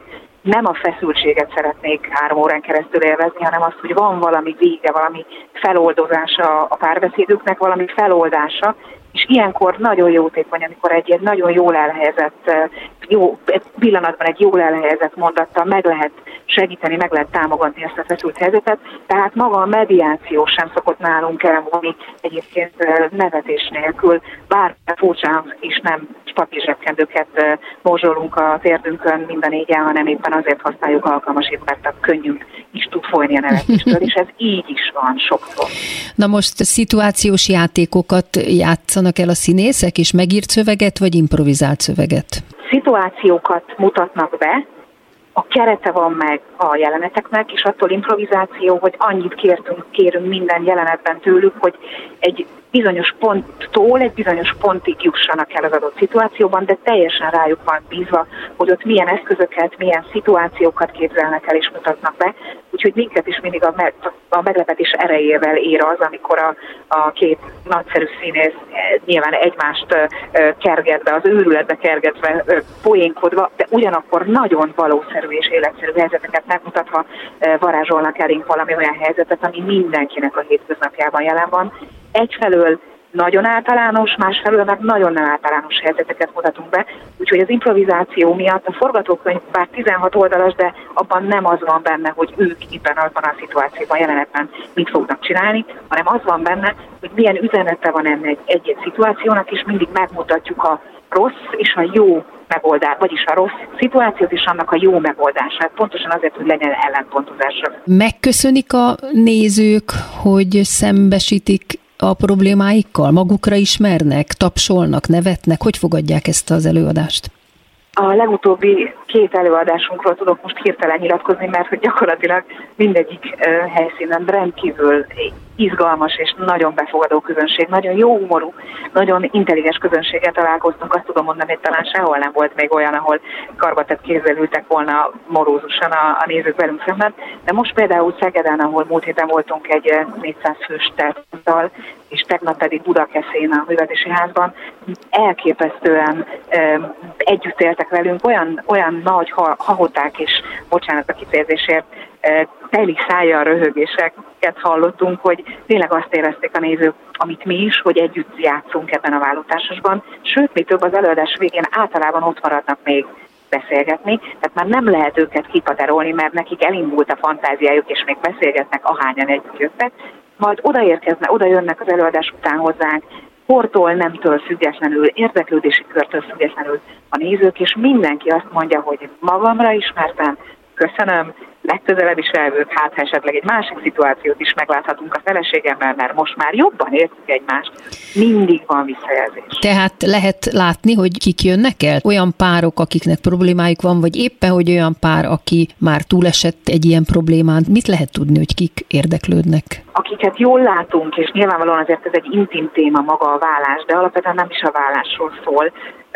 nem a feszültséget szeretnék három órán keresztül élvezni, hanem azt, hogy van valami vége, valami feloldozása a párbeszédüknek, valami feloldása, és ilyenkor nagyon jótékony, amikor egy, egy nagyon jól elhelyezett, jó, egy pillanatban egy jól elhelyezett mondattal meg lehet segíteni, meg lehet támogatni ezt a feszült helyzetet, tehát maga a mediáció sem szokott nálunk elmúlni egyébként nevetés nélkül, bár furcsán is nem papírzsebkendőket morzsolunk a térdünkön mind a négyen, hanem éppen azért használjuk alkalmasít, mert a könnyünk is tud folyni a nevetéstől, és ez így is van sokszor. Na most szituációs játékokat játszanak el a színészek, és megírt szöveget, vagy improvizált szöveget? Szituációkat mutatnak be, a kerete van meg a jeleneteknek, és attól improvizáció, hogy annyit kértünk, kérünk minden jelenetben tőlük, hogy egy bizonyos ponttól egy bizonyos pontig jussanak el az adott szituációban, de teljesen rájuk van bízva, hogy ott milyen eszközöket, milyen szituációkat képzelnek el és mutatnak be. Úgyhogy minket is mindig a, me- a meglepetés erejével ér az, amikor a, a két nagyszerű színész nyilván egymást kerget be, az őrületbe kergetve, poénkodva, de ugyanakkor nagyon valószerű és életszerű helyzeteket megmutatva varázsolnak elénk valami olyan helyzetet, ami mindenkinek a hétköznapjában jelen van. Egyfelől nagyon általános, másfelől meg nagyon nem általános helyzeteket mutatunk be, úgyhogy az improvizáció miatt a forgatókönyv bár tizenhat oldalas, de abban nem az van benne, hogy ők éppen azban a szituációban, jelenetben mit fognak csinálni, hanem az van benne, hogy milyen üzenete van ennek egy-egy szituációnak, és mindig megmutatjuk a rossz és a jó megoldás, vagyis a rossz szituációt és annak a jó megoldását, pontosan azért, hogy legyen ellentpontozásra. Megköszönik a nézők, hogy szembesítik a problémáikkal? Magukra ismernek, tapsolnak, nevetnek? Hogy fogadják ezt az előadást? A legutóbbi két előadásunkról tudok most hirtelen nyilatkozni, mert hogy gyakorlatilag mindegyik uh, helyszínen rendkívül izgalmas és nagyon befogadó közönség, nagyon jó humorú, nagyon intelligens közönséggel találkoztunk. Azt tudom mondani, hogy talán sehol nem volt még olyan, ahol karbatett kézzel ültek volna morózusan a, a nézők velünk szemben. De most például Szegeden, ahol múlt héten voltunk egy négyszáz fős telttal, és tegnap pedig Budakeszén a Művelési Házban, elképesztően um, együtt éltek velünk, olyan, olyan nagy ha, hahoták és, bocsánat a kifejezésért, teli szájjal röhögéseket hallottunk, hogy tényleg azt érezték a nézők, amit mi is, hogy együtt játszunk ebben a vállótársasban. Sőt, mi több, az előadás végén általában ott maradnak még beszélgetni, tehát már nem lehet őket kipaterolni, mert nekik elindult a fantáziájuk, és még beszélgetnek, ahányan együtt jöttek. Majd odaérkeznek, oda jönnek az előadás után hozzánk, kortól, nemtől függetlenül, érdeklődési körtől függetlenül a nézők, és mindenki azt mondja, hogy magamra ismertem, köszönöm, legközelebb is elvők, hát ha esetleg egy másik szituációt is megláthatunk a feleségemmel, mert most már jobban értjük egymást. Mindig van visszajelzés. Tehát lehet látni, hogy kik jönnek el? Olyan párok, akiknek problémájuk van, vagy éppen, hogy olyan pár, aki már túlesett egy ilyen problémán. Mit lehet tudni, hogy kik érdeklődnek? Akiket jól látunk, és nyilvánvalóan azért ez egy intim téma maga a vállás, de alapvetően nem is a vállásról szól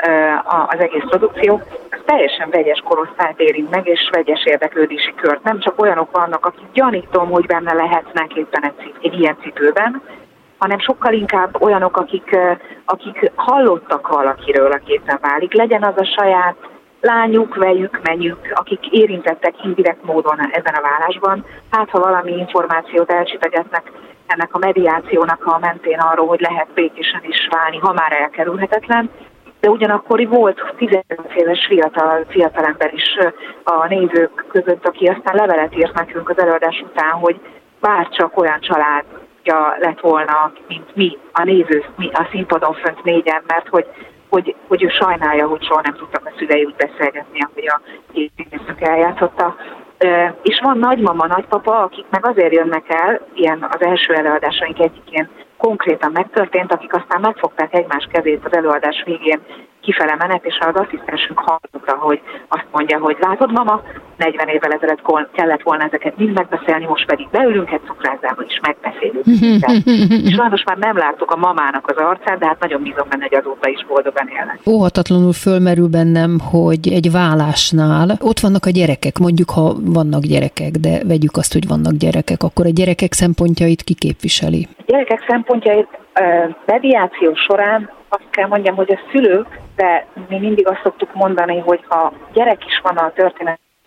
az egész produkció, az teljesen vegyes korosztályt érint meg, és vegyes érdeklődési kört. Nem csak olyanok vannak, akik gyanítom, hogy benne lehetnek éppen egy, egy ilyen cipőben, hanem sokkal inkább olyanok, akik, akik hallottak valakiről, aki éppen válik. Legyen az a saját lányuk, vejük, menjük, akik érintettek indirekt módon ebben a vállásban. Hát, ha valami információt elcsitegetnek ennek a mediációnak a mentén arról, hogy lehet békésen is válni, ha már elkerülhetetlen, de ugyanakkor volt tizenöt éves fiatal, fiatalember is a nézők között, aki aztán levelet írt nekünk az előadás után, hogy bárcsak olyan családja lett volna, mint mi, a néző, mi a színpadon fönt négyen, mert hogy, hogy, hogy ő sajnálja, hogy soha nem tudtak a szülei úgy beszélgetni, ahogy a két színészük eljátszotta. És van nagymama, nagypapa, akik meg azért jönnek el, ilyen az első előadásaink egyikén konkrétan megtörtént, akik aztán megfogták egymás kezét az előadás végén kifele menet, és az asszisztensünk hallotta, hogy azt mondja, hogy látod, mama, negyven évvel ezelőtt kellett volna ezeket mind megbeszélni, most pedig beülünk egy cukrászdába és megbeszéljük. És sajnos már nem láttuk a mamának az arcát, de hát nagyon bízom benne, hogy azóta is boldogan élnek. Óhatatlanul fölmerül bennem, hogy egy vállásnál ott vannak a gyerekek, mondjuk, ha vannak gyerekek, de vegyük azt, hogy vannak gyerekek, akkor a gyerekek szempontjait ki képviseli? A gyerekek szempontjait mediáció során azt kell mondjam, hogy a szülők, de mi mindig azt szoktuk mondani, hogy ha gyerek is van a történet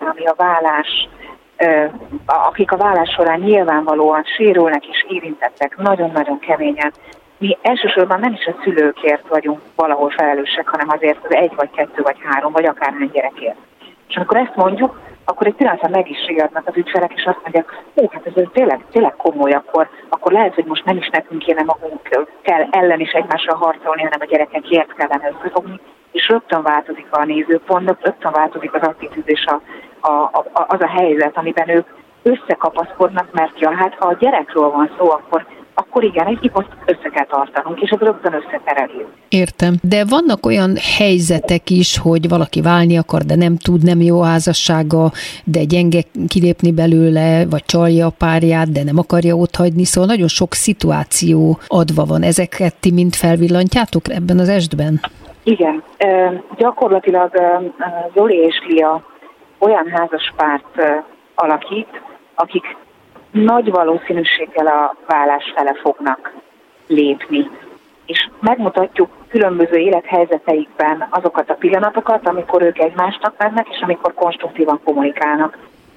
ami a vállás, akik a vállás során nyilvánvalóan sérülnek és érintettek nagyon-nagyon keményen. Mi elsősorban nem is a szülőkért vagyunk valahol felelősek, hanem azért az egy, vagy kettő, vagy három, vagy akárhány gyerekért. És amikor ezt mondjuk, akkor egy pillanatra meg is riadnak az ügyfelek, és azt mondják, ó, hát ez tényleg, tényleg komoly, akkor, akkor lehet, hogy most nem is nekünk kéne magunk kell ellen is egymással harcolni, hanem a gyerekekért kellene összefogni, és rögtön változik a nézőpont, rögtön változik az attitűd és a, a, a, az a helyzet, amiben ők összekapaszkodnak, mert ja, hát ha a gyerekről van szó, akkor akkor igen, egy kipont össze kell tartanunk, és ez rögtön összetereli. Értem. De vannak olyan helyzetek is, hogy valaki válni akar, de nem tud, nem jó házassága, de gyenge kilépni belőle, vagy csalja a párját, de nem akarja otthagyni, szóval nagyon sok szituáció adva van. Ezeket ti mind felvillantjátok ebben az estben? Igen. Gyakorlatilag Zoli és Lia olyan házaspárt alakít, akik nagy valószínűséggel a vállás fele fognak lépni. És megmutatjuk különböző élethelyzeteikben azokat a pillanatokat, amikor ők egymásnak mennek, és amikor konstruktívan kommunikálnak.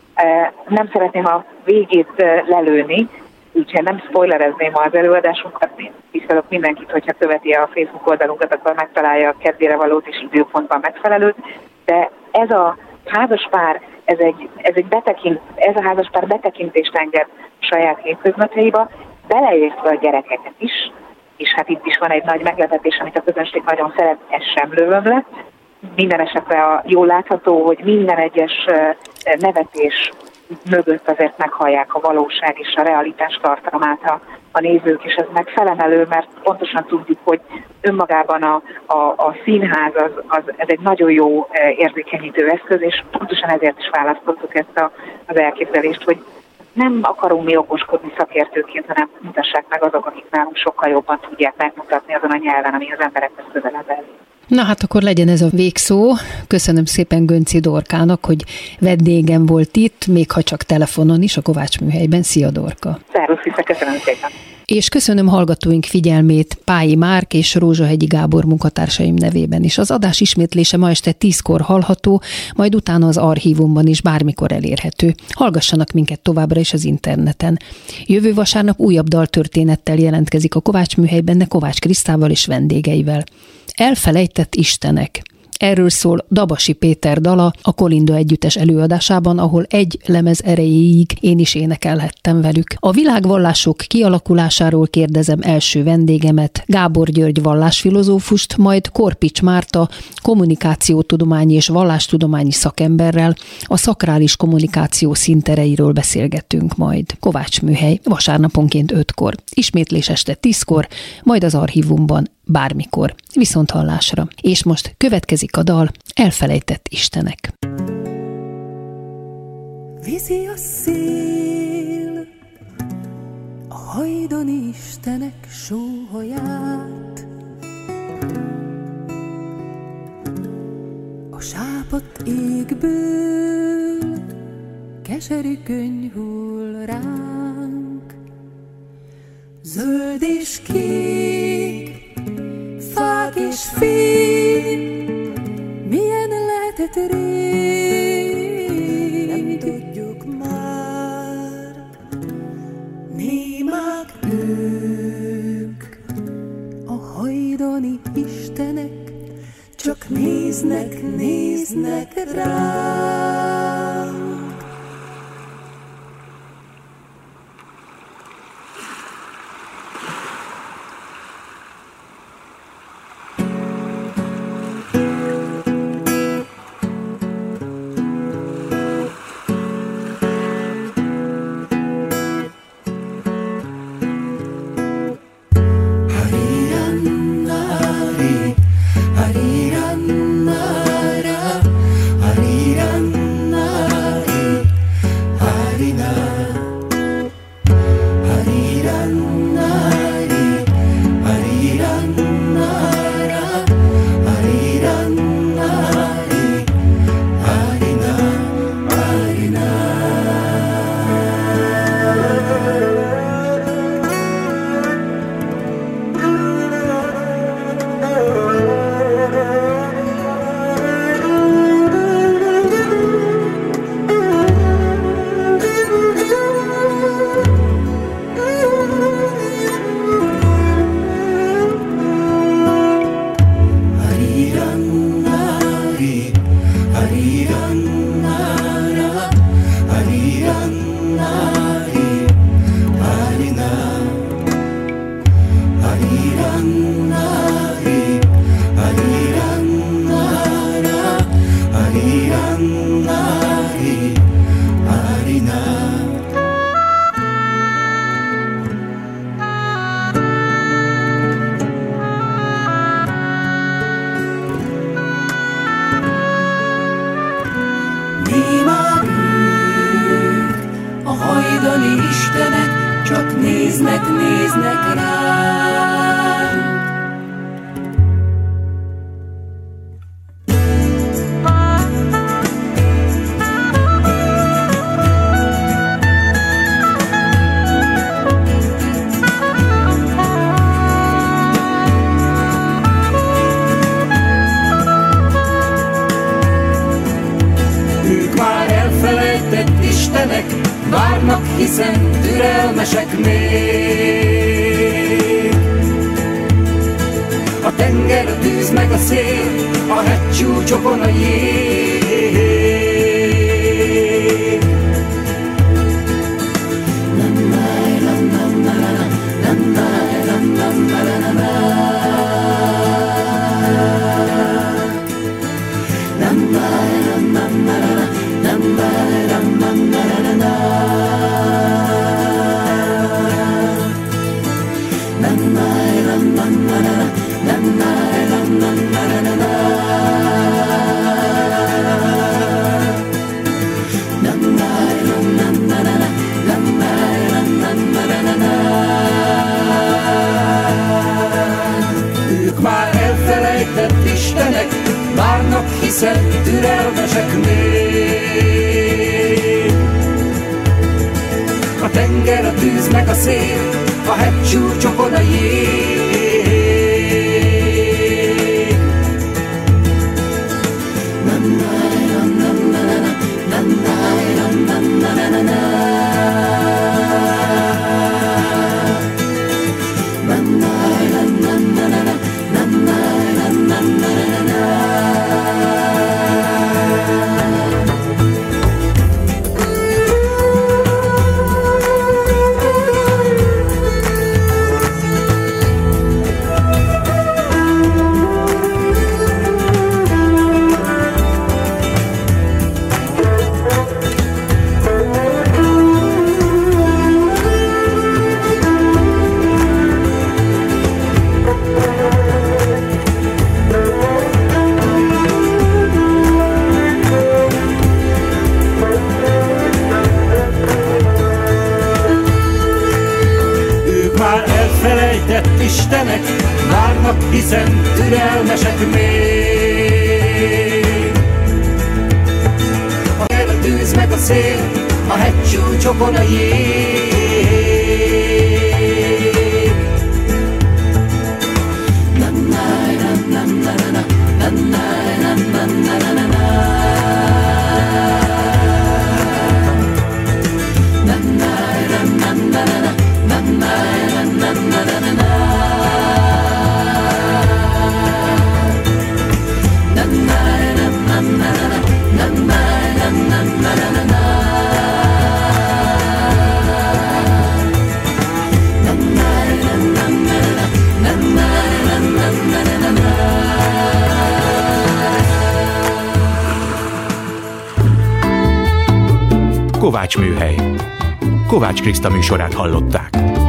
Nem szeretném a végét lelőni, úgyhogy nem spoilerezném az előadásunkat. Tisztelök mindenkit, hogyha követi a Facebook oldalunkat, akkor megtalálja a kedvére valót és időpontban megfelelőt. De ez a házaspár, ez egy, ez egy betekint, ez a házaspár betekintést enged saját hétköznapjaiba, beleértve a gyerekeket is, és hát itt is van egy nagy meglepetés, amit a közönség nagyon szeret, ez sem lövöm le. Minden esetre a jól látható, hogy minden egyes nevetés mögött azért meghallják a valóság és a realitás tartalmát a, a nézők, és ez meg felemelő, mert pontosan tudjuk, hogy önmagában a, a, a színház az, az, ez egy nagyon jó érzékenyítő eszköz, és pontosan ezért is választottuk ezt a, az elképzelést, hogy nem akarunk mi okoskodni szakértőként, hanem mutassák meg azok, akik nálunk sokkal jobban tudják megmutatni azon a nyelven, ami az emberekhez közelebb el. Na hát akkor legyen ez a végszó. Köszönöm szépen Gönczy Dorkának, hogy vendégem volt itt, még ha csak telefonon is, a Kovács Műhelyben. Szia, Dorka! Szervusz, vissza, köszönöm szépen! És köszönöm hallgatóink figyelmét Pályi Márk és Rózsahegyi Gábor munkatársaim nevében is. Az adás ismétlése ma este tízkor hallható, majd utána az archívumban is bármikor elérhető. Hallgassanak minket továbbra is az interneten. Jövő vasárnap újabb daltörténettel jelentkezik a Kovács Műhelyben, de Kovács Krisztával és vendégeivel. Elfelejtett istenek. Erről szól Dabasi Péter dala a Kolinda együttes előadásában, ahol egy lemez erejéig én is énekelhettem velük. A világvallások kialakulásáról kérdezem első vendégemet, Gábor György vallásfilozófust, majd Korpics Márta kommunikációtudományi és vallástudományi szakemberrel a szakrális kommunikáció színtereiről beszélgetünk majd. Kovács Műhely vasárnaponként ötkor, ismétlés este tízkor, majd az archívumban bármikor. Viszont hallásra. És most következik a dal Elfelejtett istenek. Viszi a szél a hajdani istenek sóhaját, a sápadt égből keserű könny hull ránk, zöld és kék fák és fény, milyen lehetett rég, nem tudjuk már, némák ők, a hajdani istenek, csak néznek, néznek ránk. néznek, néznek ránk. Ők már elfelejtett istenek, várnak, hiszen türelmesek még. A tenger, a tűz meg a szél, a hegycsúcsokon a jég. Nem náj, nem nem nem nem náj, nem nem nem nem nem náj, nem nem nem nem náj, nem nem nem ők már elfelejtett istenek, várnak, hiszen türelmesek még. A tenger, a tűz meg a szél, a hegycsúcsokon a jég. Nem náj, nem nem nem nem náj, nem nem nem nem nem náj, nem nem nem nem náj, nem nem nem istenek, várnak, hiszen türelmesek még. A kell a tűz meg a szél, a hegycsúcsokon a jég. Nem náj, nem nem nem nem nem náj, nem nem nem nem nem náj, nem nem nem nem náj, nem nem nem Kovács Műhely. Kovács Kriszta műsorát hallották.